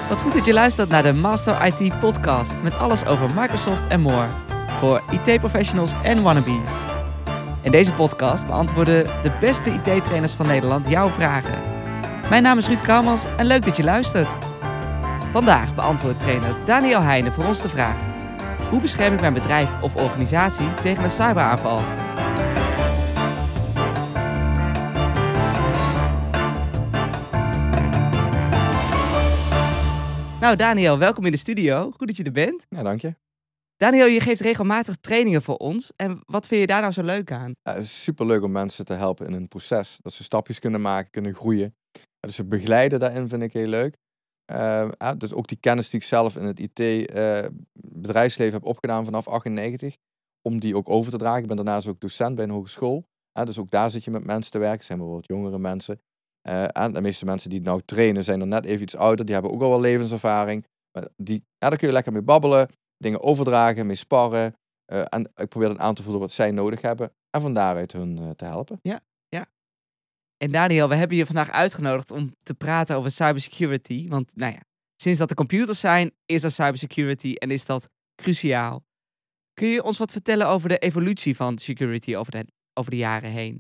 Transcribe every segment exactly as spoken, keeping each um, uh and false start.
Wat goed dat je luistert naar de Master I T podcast met alles over Microsoft en more. Voor I T-professionals en wannabes. In deze podcast beantwoorden de beste I T-trainers van Nederland jouw vragen. Mijn naam is Ruud Kouwmans en leuk dat je luistert. Vandaag beantwoordt trainer Daniel Heijnen voor ons de vraag: hoe bescherm ik mijn bedrijf of organisatie tegen een cyberaanval? Nou Daniel, welkom in de studio. Goed dat je er bent. Ja, dank je. Daniel, je geeft regelmatig trainingen voor ons. En wat vind je daar nou zo leuk aan? Ja, het is superleuk om mensen te helpen in een proces. Dat ze stapjes kunnen maken, kunnen groeien. Ja, dus ze begeleiden daarin vind ik heel leuk. Uh, ja, dus ook die kennis die ik zelf in het I T-bedrijfsleven uh, heb opgedaan vanaf achtennegentig. Om die ook over te dragen. Ik ben daarnaast ook docent bij een hogeschool. Ja, dus ook daar zit je met mensen te werken. Het zijn bijvoorbeeld jongere mensen. Uh, en de meeste mensen die het nou trainen zijn er net even iets ouder. Die hebben ook al wel levenservaring. Maar die, ja, daar kun je lekker mee babbelen. Dingen overdragen, mee sparren. Uh, en ik probeer dan aan te voelen wat zij nodig hebben. En van daaruit hun uh, te helpen. Ja, ja. En Daniel, we hebben je vandaag uitgenodigd om te praten over cybersecurity. Want nou ja, sinds dat er computers zijn, is er cybersecurity en is dat cruciaal. Kun je ons wat vertellen over de evolutie van security over de, over de jaren heen?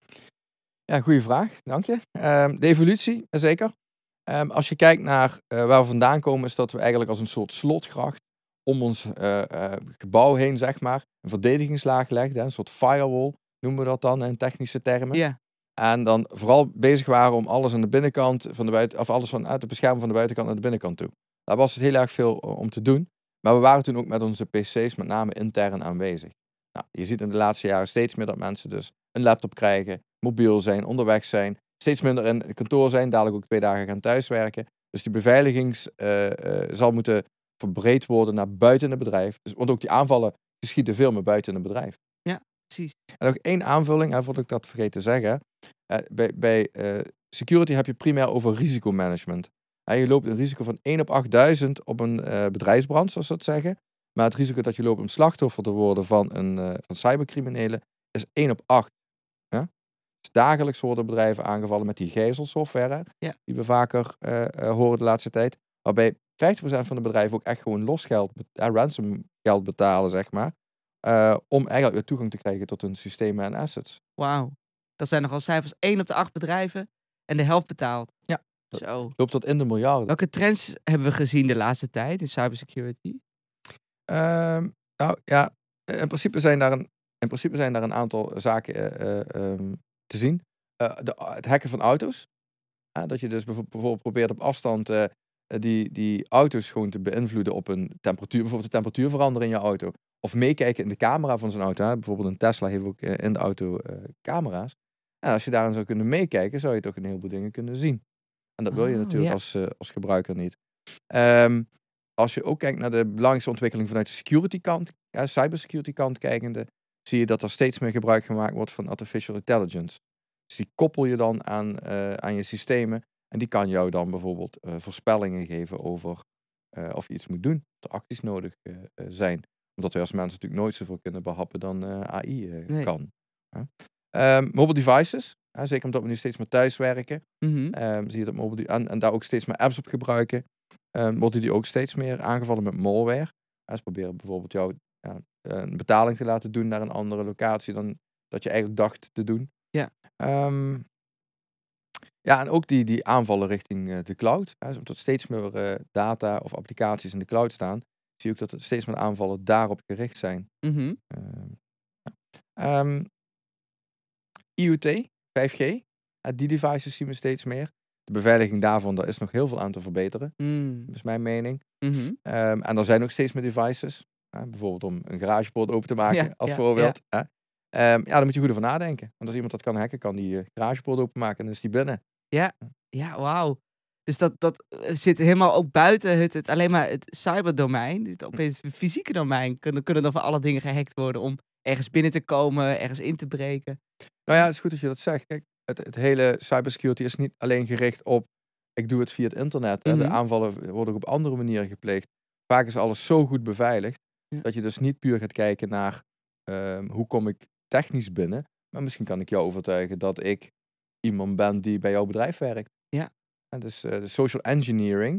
Ja, goede vraag. Dank je. Um, de evolutie, zeker. Um, als je kijkt naar uh, waar we vandaan komen, is dat we eigenlijk als een soort slotgracht om ons uh, uh, gebouw heen, zeg maar, een verdedigingslaag legden. Een soort firewall noemen we dat dan in technische termen. Ja. En dan vooral bezig waren om alles aan de binnenkant van de buiten, of alles van uit te beschermen van de buitenkant naar de binnenkant toe. Daar was het heel erg veel om te doen. Maar we waren toen ook met onze P C's met name intern aanwezig. Nou, je ziet in de laatste jaren steeds meer dat mensen dus een laptop krijgen, mobiel zijn, onderweg zijn, steeds minder in het kantoor zijn, dadelijk ook twee dagen gaan thuiswerken. Dus die beveiliging uh, uh, zal moeten verbreed worden naar buiten het bedrijf. Dus, want ook die aanvallen geschieden veel meer buiten het bedrijf. Ja, precies. En nog één aanvulling, hè, voordat ik dat vergeet te zeggen. Uh, bij bij uh, security heb je primair over risicomanagement. Uh, je loopt een risico van één op achtduizend op een uh, bedrijfsbrand, zoals ze dat zeggen. Maar het risico dat je loopt om slachtoffer te worden van, een, uh, van cybercriminelen is één op acht. Ja? Dus dagelijks worden bedrijven aangevallen met die gijzelsoftware. Ja. Die we vaker uh, uh, horen de laatste tijd. Waarbij vijftig procent van de bedrijven ook echt gewoon losgeld, uh, ransom geld betalen, zeg maar. Uh, om eigenlijk weer toegang te krijgen tot hun systemen en assets. Wauw. Dat zijn nogal cijfers. één op de acht bedrijven en de helft betaalt. Ja. Zo. Loopt tot in de miljarden. Welke trends hebben we gezien de laatste tijd in cybersecurity? Um, nou ja, in principe zijn daar een, in principe zijn daar een aantal zaken uh, uh, um, te zien. Uh, de, het hacken van auto's. Uh, dat je dus bijvoorbeeld probeert op afstand uh, die, die auto's gewoon te beïnvloeden op een temperatuur. Bijvoorbeeld de temperatuur veranderen in je auto. Of meekijken in de camera van zo'n auto. Hè. Bijvoorbeeld een Tesla heeft ook uh, in de auto uh, camera's. En als je daarin zou kunnen meekijken, zou je toch een heleboel dingen kunnen zien. En dat wil je oh, natuurlijk ja. als, uh, als gebruiker niet. Um, Als je ook kijkt naar de belangrijkste ontwikkeling vanuit de security kant, ja, cybersecurity kant kijkende, zie je dat er steeds meer gebruik gemaakt wordt van artificial intelligence. Dus die koppel je dan aan, uh, aan je systemen en die kan jou dan bijvoorbeeld uh, voorspellingen geven over uh, of je iets moet doen, of er acties nodig uh, uh, zijn. Omdat wij als mensen natuurlijk nooit zoveel kunnen behappen dan uh, A I uh, nee. kan. Ja. Um, mobile devices, ja, zeker omdat we nu steeds meer thuiswerken, mm-hmm. um, zie je dat mobile en, en daar ook steeds meer apps op gebruiken. Um, worden die ook steeds meer aangevallen met malware. Ja, ze proberen bijvoorbeeld jou ja, een betaling te laten doen naar een andere locatie dan dat je eigenlijk dacht te doen. Ja, um, ja en ook die, die aanvallen richting uh, de cloud. Ja, omdat steeds meer uh, data of applicaties in de cloud staan, zie je ook dat er steeds meer aanvallen daarop gericht zijn. Mm-hmm. Um, um, I O T, vijf G, ja, die devices zien we steeds meer. De beveiliging daarvan, daar is nog heel veel aan te verbeteren. Mm. Dat is mijn mening. Mm-hmm. Um, en er zijn ook steeds meer devices. Uh, bijvoorbeeld om een garagepoort open te maken, ja, als ja, voorbeeld. Ja. Uh, um, ja, daar moet je goed over nadenken. Want als iemand dat kan hacken, kan die uh, garagepoort openmaken en dan is die binnen. Ja, ja, wauw. Dus dat, dat zit helemaal ook buiten het, het alleen maar het cyberdomein. Het opeens het fysieke domein kunnen, kunnen dan van alle dingen gehackt worden om ergens binnen te komen, ergens in te breken. Nou ja, het is goed dat je dat zegt. Kijk, het, het hele cybersecurity is niet alleen gericht op ik doe het via het internet. Hè. Mm-hmm. De aanvallen worden ook op andere manieren gepleegd. Vaak is alles zo goed beveiligd ja. dat je dus niet puur gaat kijken naar um, hoe kom ik technisch binnen. Maar misschien kan ik jou overtuigen dat ik iemand ben die bij jouw bedrijf werkt. Ja. En dus uh, de social engineering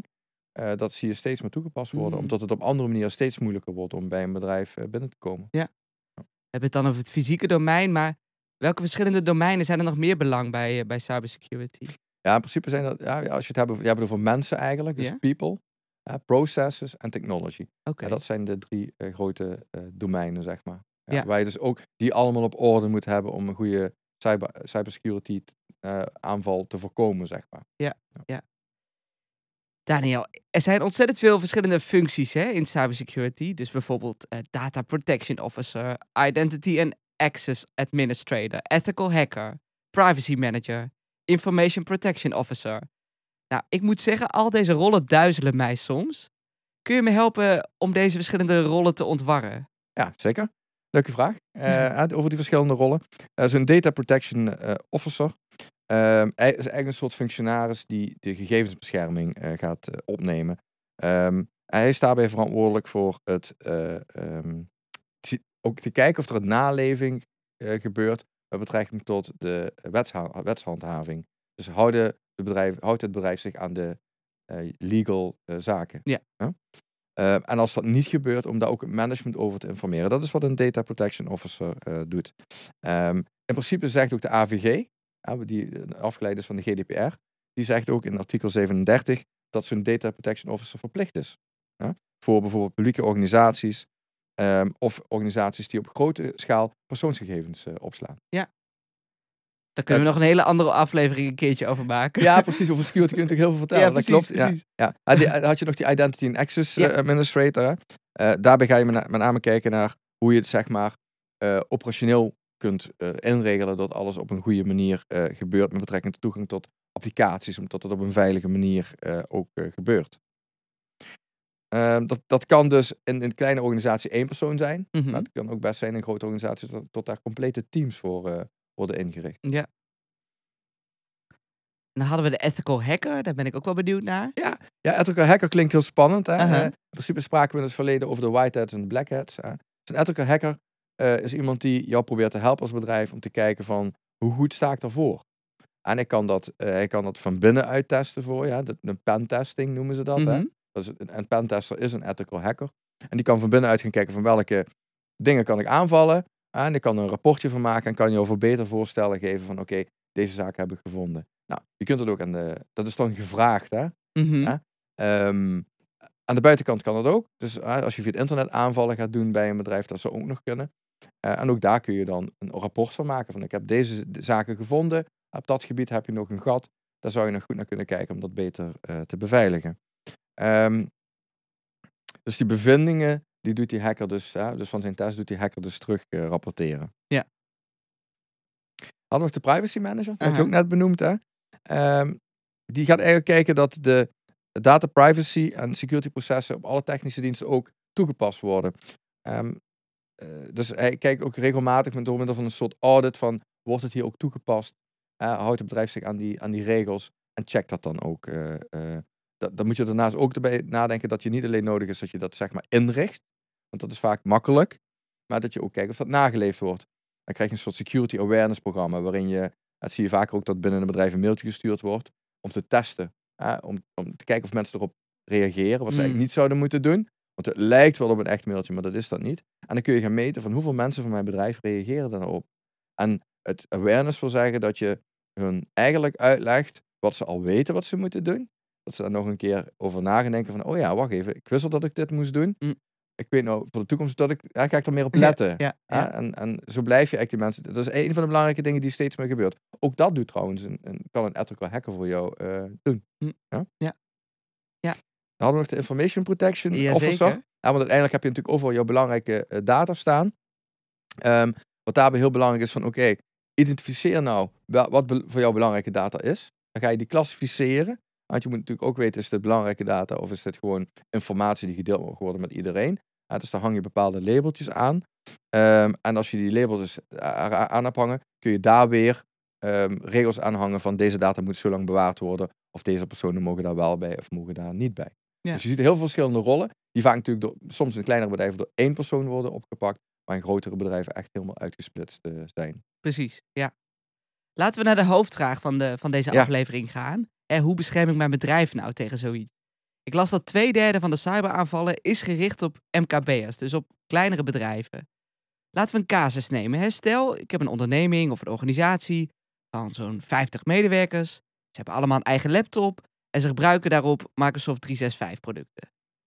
uh, dat zie je steeds meer toegepast worden. Mm. Omdat het op andere manieren steeds moeilijker wordt om bij een bedrijf uh, binnen te komen. Ja. We hebben het dan over het fysieke domein, maar welke verschillende domeinen zijn er nog meer belang bij, uh, bij cybersecurity? Ja, in principe zijn dat, ja, als je het hebt over, je hebt het over mensen eigenlijk, dus Ja? people, uh, processes en technology. Oké. Okay. Ja, dat zijn de drie uh, grote uh, domeinen, zeg maar. Ja, Ja. waar je dus ook die allemaal op orde moet hebben om een goede cyber, cybersecurity uh, aanval te voorkomen, zeg maar. Ja, ja. ja. Daniel, er zijn ontzettend veel verschillende functies hè, in cybersecurity. Dus bijvoorbeeld uh, Data Protection Officer, Identity and Access Administrator, Ethical Hacker, Privacy Manager, Information Protection Officer. Nou, ik moet zeggen, al deze rollen duizelen mij soms. Kun je me helpen om deze verschillende rollen te ontwarren? Ja, zeker. Leuke vraag. Uh, over die verschillende rollen. Uh, Zo'n Data Protection uh, Officer Uh, hij is eigenlijk een soort functionaris die de gegevensbescherming uh, gaat uh, opnemen. Um, hij is daarbij verantwoordelijk voor het uh, um, ook te kijken of er een naleving uh, gebeurt met betrekking tot de wetsha- wetshandhaving. Dus houden de bedrijf, houdt het bedrijf zich aan de uh, legal uh, zaken. Ja. Huh? Uh, en als dat niet gebeurt, om daar ook het management over te informeren. Dat is wat een Data Protection Officer uh, doet. Um, in principe zegt ook de A V G, die afgeleid is van de G D P R, die zegt ook in artikel zevenendertig dat zo'n Data Protection Officer verplicht is. Ja? Voor bijvoorbeeld publieke organisaties um, of organisaties die op grote schaal persoonsgegevens uh, opslaan. Ja. Daar kunnen we uh, nog een hele andere aflevering een keertje over maken. Ja, precies. Over security kun je natuurlijk heel veel vertellen. Ja, precies, dat klopt. precies. Ja, ja. Die, had je nog die Identity and Access uh, ja. Administrator. Uh, daarbij ga je met, met name kijken naar hoe je het zeg maar uh, operationeel kunt uh, inregelen dat alles op een goede manier uh, gebeurt met betrekking tot toegang tot applicaties, omdat het op een veilige manier uh, ook uh, gebeurt. Uh, dat, dat kan dus in een kleine organisatie één persoon zijn, mm-hmm. maar het kan ook best zijn in grote organisaties tot, tot daar complete teams voor uh, worden ingericht. Ja. Dan hadden we de ethical hacker, daar ben ik ook wel benieuwd naar. Ja, ja ethical hacker klinkt heel spannend. Hè? Uh-huh. Uh, in principe spraken we in het verleden over de white hats en de black hats. Uh, een ethical hacker Uh, is iemand die jou probeert te helpen als bedrijf om te kijken van hoe goed sta ik daarvoor. En hij kan dat, uh, hij kan dat van binnenuit testen voor je. Dat, een pentesting noemen ze dat. Mm-hmm. Hè? Dat is een, een pentester is een ethical hacker. En die kan van binnenuit gaan kijken van welke dingen kan ik aanvallen. En die kan er een rapportje van maken en kan je over beter voorstellen geven van oké, okay, deze zaak heb ik gevonden. Nou, je kunt het ook aan de, dat is dan gevraagd hè. Mm-hmm. Hè? Um, aan de buitenkant kan dat ook. Dus uh, als je via het internet aanvallen gaat doen bij een bedrijf, dat zou ook nog kunnen. Uh, en ook daar kun je dan een rapport van maken. Van ik heb deze zaken gevonden. Op dat gebied heb je nog een gat. Daar zou je nog goed naar kunnen kijken om dat beter uh, te beveiligen. Um, dus die bevindingen, die doet die hacker dus, uh, dus van zijn test doet die hacker dus terug uh, rapporteren. Ja. Hadden we nog de privacy manager, dat uh-huh. je ook net benoemd hè. Um, die gaat eigenlijk kijken dat de data privacy en security processen op alle technische diensten ook toegepast worden. Um, Uh, dus hij kijkt ook regelmatig met door middel van een soort audit van wordt het hier ook toegepast? Uh, houdt het bedrijf zich aan die, aan die regels en checkt dat dan ook. Uh, uh, dat, dan moet je daarnaast ook erbij nadenken dat je niet alleen nodig is dat je dat zeg maar inricht, want dat is vaak makkelijk, maar dat je ook kijkt of dat nageleefd wordt. Dan krijg je een soort security awareness programma waarin je, dat zie je vaker ook dat binnen een bedrijf een mailtje gestuurd wordt om te testen, uh, om, om te kijken of mensen erop reageren, wat ze mm. eigenlijk niet zouden moeten doen. Want het lijkt wel op een echt mailtje, maar dat is dat niet. En dan kun je gaan meten van hoeveel mensen van mijn bedrijf reageren daarop. En het awareness wil zeggen dat je hun eigenlijk uitlegt wat ze al weten wat ze moeten doen. Dat ze daar nog een keer over na gaan denken van, oh ja, wacht even, ik wist al dat ik dit moest doen. Mm. Ik weet nou voor de toekomst dat ik, ja, ga ik er meer op letten. Ja, ja, ja. Ja, en, en zo blijf je echt die mensen, dat is een van de belangrijke dingen die steeds meer gebeurt. Ook dat doet trouwens, een, een, kan een ethical hacker voor jou uh, doen. Mm. Ja? Ja. Ja. Dan hadden we nog de Information Protection Ja, Officer. zeker. Ja, want uiteindelijk heb je natuurlijk overal jouw belangrijke uh, data staan. Um, wat daarbij heel belangrijk is van, oké, okay, identificeer nou wel, wat be- voor jou belangrijke data is. Dan ga je die klassificeren. Want je moet natuurlijk ook weten, is dit belangrijke data of is dit gewoon informatie die gedeeld mag worden met iedereen. Ja, dus daar hang je bepaalde labeltjes aan. Um, en als je die labels dus aan hebt hangen, kun je daar weer um, regels aan hangen van deze data moet zo lang bewaard worden. Of deze personen mogen daar wel bij of mogen daar niet bij. Ja. Dus je ziet heel veel verschillende rollen. Die vaak natuurlijk door, soms in kleinere bedrijven door één persoon worden opgepakt. Maar in grotere bedrijven echt helemaal uitgesplitst uh, zijn. Precies, ja. Laten we naar de hoofdvraag van, de, van deze ja. aflevering gaan. Eh, hoe bescherm ik mijn bedrijf nou tegen zoiets? Ik las dat twee derde van de cyberaanvallen is gericht op M K B'ers, dus op kleinere bedrijven. Laten we een casus nemen. Hè. Stel, ik heb een onderneming of een organisatie van zo'n vijftig medewerkers. Ze hebben allemaal een eigen laptop en ze gebruiken daarop Microsoft driehonderdzesenzestig producten.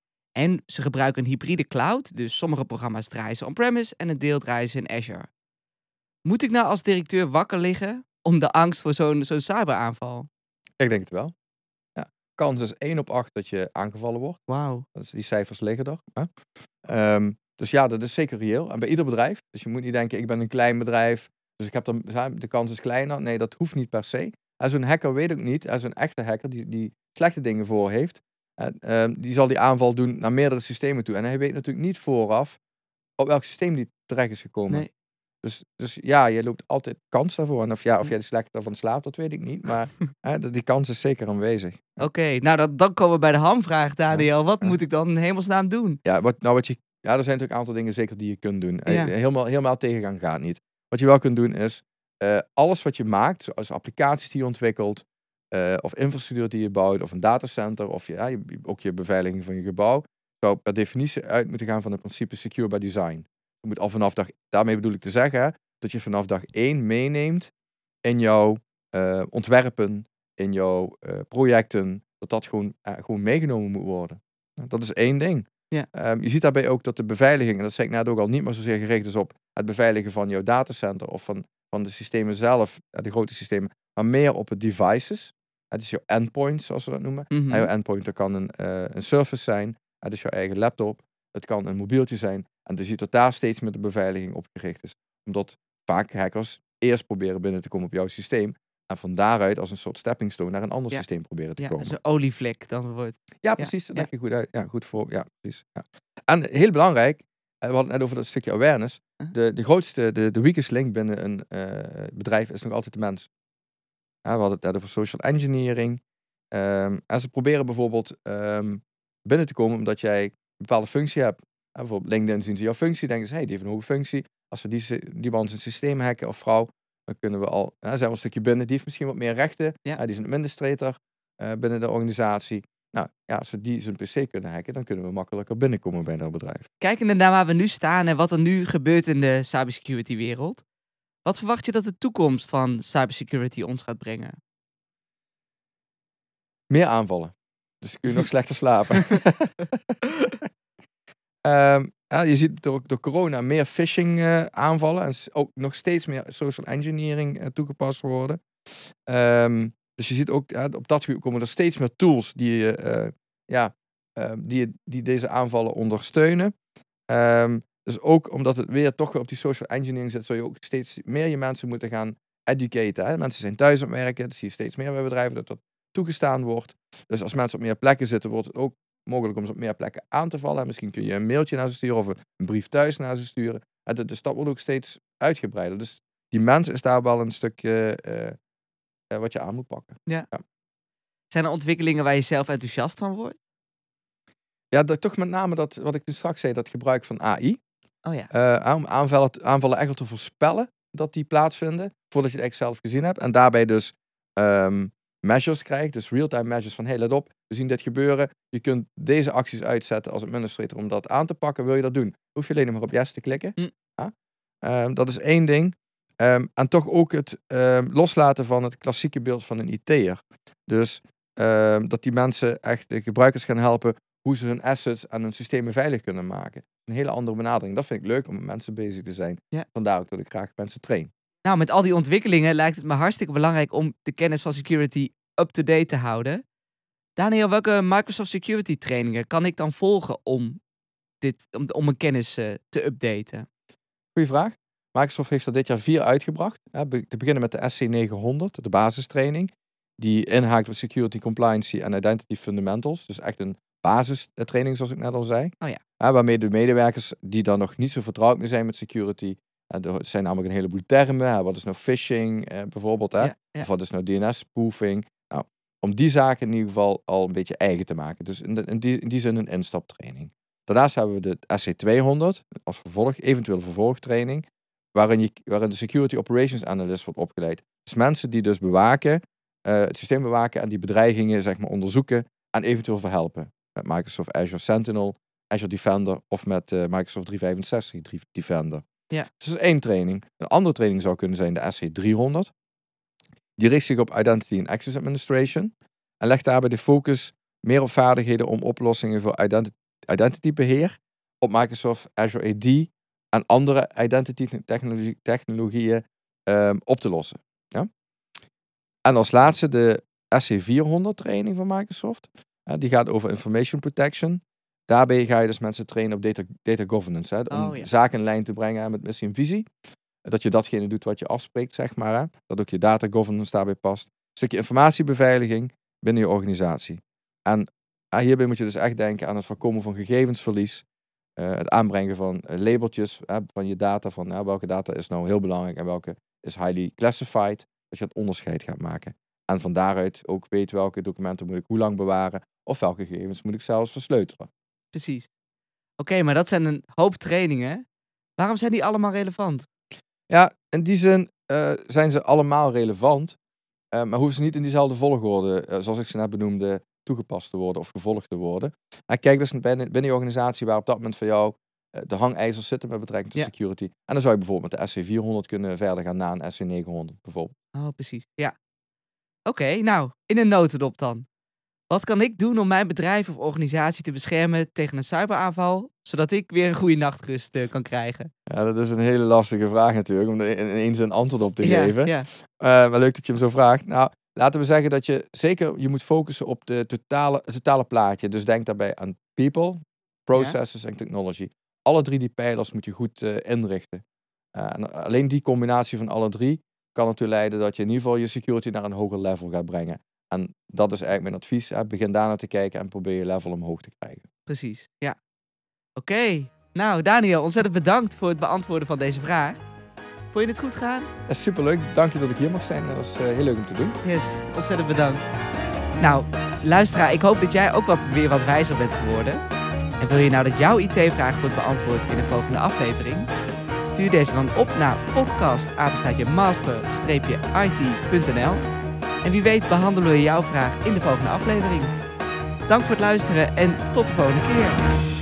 En ze gebruiken een hybride cloud, dus sommige programma's draaien ze on-premise en een deel draaien ze in Azure. Moet ik nou als directeur wakker liggen om de angst voor zo'n zo'n cyberaanval? Ik denk het wel. Ja. Kans is één op acht dat je aangevallen wordt. Wauw. Dus die cijfers liggen er. Hè? Ehm, dus ja, dat is zeker reëel. En bij ieder bedrijf. Dus je moet niet denken, ik ben een klein bedrijf. Dus ik heb er, de kans is kleiner. Nee, dat hoeft niet per se. En zo'n hacker weet ook niet. En zo'n echte hacker die, die slechte dingen voor heeft. En, ehm, die zal die aanval doen naar meerdere systemen toe. En hij weet natuurlijk niet vooraf op welk systeem die terecht is gekomen. Nee. Dus, dus ja, je loopt altijd kans daarvoor. En of, ja, of jij er slecht van slaapt, dat weet ik niet. Maar hè, die kans is zeker aanwezig. Oké, okay, nou dat, dan komen we bij de hamvraag, Daniel. Ja. Wat ja. moet ik dan in hemelsnaam doen? Ja, wat, nou wat je, ja, er zijn natuurlijk een aantal dingen zeker die je kunt doen. Ja. Helemaal, helemaal tegengaan gaat niet. Wat je wel kunt doen is, uh, alles wat je maakt, zoals applicaties die je ontwikkelt, uh, of infrastructuur die je bouwt, of een datacenter, of je, ja, je, ook je beveiliging van je gebouw, zou per definitie uit moeten gaan van het principe secure by design. Je moet al vanaf dag, daarmee bedoel ik te zeggen, dat je vanaf dag één meeneemt in jouw uh, ontwerpen, in jouw uh, projecten, dat dat gewoon, uh, gewoon meegenomen moet worden. Nou, dat is één ding. Ja. Um, je ziet daarbij ook dat de beveiliging, en dat zei ik net ook al, niet meer zozeer gericht is op het beveiligen van jouw datacenter of van, van de systemen zelf, uh, de grote systemen, maar meer op het devices. Het is jouw endpoint, zoals we dat noemen. Mm-hmm. En jouw endpoint, dat kan een, uh, een service zijn, het is jouw eigen laptop, het kan een mobieltje zijn. En je ziet dat daar steeds meer de beveiliging op gericht is. Omdat vaak hackers eerst proberen binnen te komen op jouw systeem. En van daaruit als een soort stepping stone naar een ander ja. systeem proberen te ja, komen. Ja, een olievlek dan wordt. Ja, precies. Dat leg je goed uit. Ja, goed voor. Ja, precies. Ja. En heel belangrijk, we hadden het net over dat stukje awareness. De, de grootste, de, de weakest link binnen een uh, bedrijf is nog altijd de mens. Ja, we hadden het net over social engineering. Um, en ze proberen bijvoorbeeld um, binnen te komen omdat jij een bepaalde functie hebt. Ja, bijvoorbeeld LinkedIn zien ze jouw functie, denken ze, hey, die heeft een hoge functie. Als we die, die man zijn systeem hacken of vrouw, dan kunnen we al, ja, zijn we een stukje binnen. Die heeft misschien wat meer rechten. Ja. Ja, die is een administrator uh, binnen de organisatie. Nou ja, als we die zijn pc kunnen hacken, dan kunnen we makkelijker binnenkomen bij dat bedrijf. Kijkende naar waar we nu staan en wat er nu gebeurt in de cybersecurity wereld, wat verwacht je dat de toekomst van cybersecurity ons gaat brengen? Meer aanvallen. Dus kun je nog slechter slapen. um, ja, je ziet door, door corona meer phishing uh, aanvallen. En ook nog steeds meer social engineering uh, toegepast worden. Um, dus je ziet ook, uh, op dat gebied komen er steeds meer tools die, uh, ja, uh, die, die deze aanvallen ondersteunen. Um, dus ook omdat het weer toch weer op die social engineering zit, zul je ook steeds meer je mensen moeten gaan educaten. Hè? Mensen zijn thuis aan het werken. Dat zie je steeds meer bij bedrijven dat dat toegestaan wordt. Dus als mensen op meer plekken zitten, wordt het ook mogelijk om ze op meer plekken aan te vallen. En misschien kun je een mailtje naar ze sturen of een brief thuis naar ze sturen. En dus dat wordt ook steeds uitgebreider. Dus die mens is daar wel een stukje uh, uh, wat je aan moet pakken. Ja. Ja. Zijn er ontwikkelingen waar je zelf enthousiast van wordt? Ja, dat, toch met name dat, wat ik dus straks zei, dat gebruik van A I. Oh ja. Uh, om aanvallen, aanvallen echt te voorspellen dat die plaatsvinden, voordat je het echt zelf gezien hebt. En daarbij dus um, measures krijgt, dus real-time measures van, hey, let op, we zien dit gebeuren. Je kunt deze acties uitzetten als administrator om dat aan te pakken. Wil je dat doen? Hoef je alleen nog maar op yes te klikken. Hm. Ja? Um, dat is één ding. Um, en toch ook het um, loslaten van het klassieke beeld van een I T'er. Dus um, dat die mensen echt de gebruikers gaan helpen hoe ze hun assets en hun systemen veilig kunnen maken. Een hele andere benadering. Dat vind ik leuk om met mensen bezig te zijn. Ja. Vandaar ook dat ik graag mensen train. Nou, met al die ontwikkelingen lijkt het me hartstikke belangrijk om de kennis van security up-to-date te houden. Daniel, welke Microsoft Security trainingen kan ik dan volgen om, dit, om, om mijn kennis uh, te updaten? Goeie vraag. Microsoft heeft er dit jaar vier uitgebracht. Ja, te beginnen met de S C negenhonderd, de basistraining. Die inhaakt op Security Compliance en Identity Fundamentals. Dus echt een basistraining, zoals ik net al zei. Oh ja. Ja, waarmee de medewerkers die dan nog niet zo vertrouwd mee zijn met security. Ja, er zijn namelijk een heleboel termen. Ja, wat is nou phishing eh, bijvoorbeeld? Hè? Ja, ja. Of wat is nou D N S-spoofing? Nou, om die zaken in ieder geval al een beetje eigen te maken. Dus in, de, in, die, in die zin een instaptraining. Daarnaast hebben we de S C tweehonderd als vervolg, eventueel vervolgtraining. Waarin, je, waarin de Security Operations Analyst wordt opgeleid. Dus mensen die dus bewaken, uh, het systeem bewaken en die bedreigingen zeg maar onderzoeken en eventueel verhelpen. met Microsoft Azure Sentinel, Azure Defender of met uh, Microsoft driehonderdvijfenzestig Defender. Ja. Dus dat is één training. Een andere training zou kunnen zijn de S C driehonderd. Die richt zich op Identity and Access Administration en legt daarbij de focus meer op vaardigheden om oplossingen voor identity, identity beheer op Microsoft Azure A D en andere identity technologie, technologieën um, op te lossen. Ja? En als laatste de S C vierhonderd training van Microsoft. Uh, die gaat over information protection. Daarbij ga je dus mensen trainen op data, data governance. Hè, om Oh, ja. zaken in lijn te brengen met missie en visie. Dat je datgene doet wat je afspreekt, zeg maar. Hè. Dat ook je data governance daarbij past. Een stukje informatiebeveiliging binnen je organisatie. En uh, hierbij moet je dus echt denken aan het voorkomen van gegevensverlies. Uh, het aanbrengen van uh, labeltjes uh, van je data. Van uh, welke data is nou heel belangrijk en welke is highly classified. Dat je het onderscheid gaat maken. En van daaruit ook weet welke documenten moet ik hoe lang bewaren. Of welke gegevens moet ik zelfs versleutelen. Precies. Oké, okay, maar dat zijn een hoop trainingen. Waarom zijn die allemaal relevant? Ja, in die zin uh, zijn ze allemaal relevant. Uh, maar hoeven ze niet in diezelfde volgorde, uh, zoals ik ze net benoemde, toegepast te worden of gevolgd te worden. En kijk dus binnen, binnen je organisatie waar op dat moment voor jou uh, de hangijzers zitten met betrekking tot ja. security. En dan zou je bijvoorbeeld met de S C vierhonderd kunnen verder gaan naar een S C negenhonderd bijvoorbeeld. Oh, precies. Ja. Oké, okay, nou, in een notendop dan. Wat kan ik doen om mijn bedrijf of organisatie te beschermen tegen een cyberaanval, zodat ik weer een goede nachtrust uh, kan krijgen? Ja, dat is een hele lastige vraag natuurlijk, om er in één zin antwoord op te ja, geven. Ja. Uh, maar leuk dat je hem zo vraagt. Nou, laten we zeggen dat je zeker je moet focussen op de totale, het totale plaatje. Dus denk daarbij aan people, processes ja. en technology. Alle drie die pijlers moet je goed uh, inrichten. Uh, en alleen die combinatie van alle drie kan ertoe leiden dat je in ieder geval je security naar een hoger level gaat brengen. En dat is eigenlijk mijn advies. Hè. Begin daarna te kijken en probeer je level omhoog te krijgen. Precies, ja. Oké. Okay. Nou, Daniel, ontzettend bedankt voor het beantwoorden van deze vraag. Vond je het goed gaan? Dat is superleuk. Dank je dat ik hier mag zijn. Dat was uh, heel leuk om te doen. Yes, ontzettend bedankt. Nou, luisteraar, ik hoop dat jij ook wat, weer wat wijzer bent geworden. En wil je nou dat jouw I T-vraag wordt beantwoord in de volgende aflevering? Stuur deze dan op naar podcast apenstaartje master I T punt n l. En wie weet behandelen we jouw vraag in de volgende aflevering. Dank voor het luisteren en tot de volgende keer.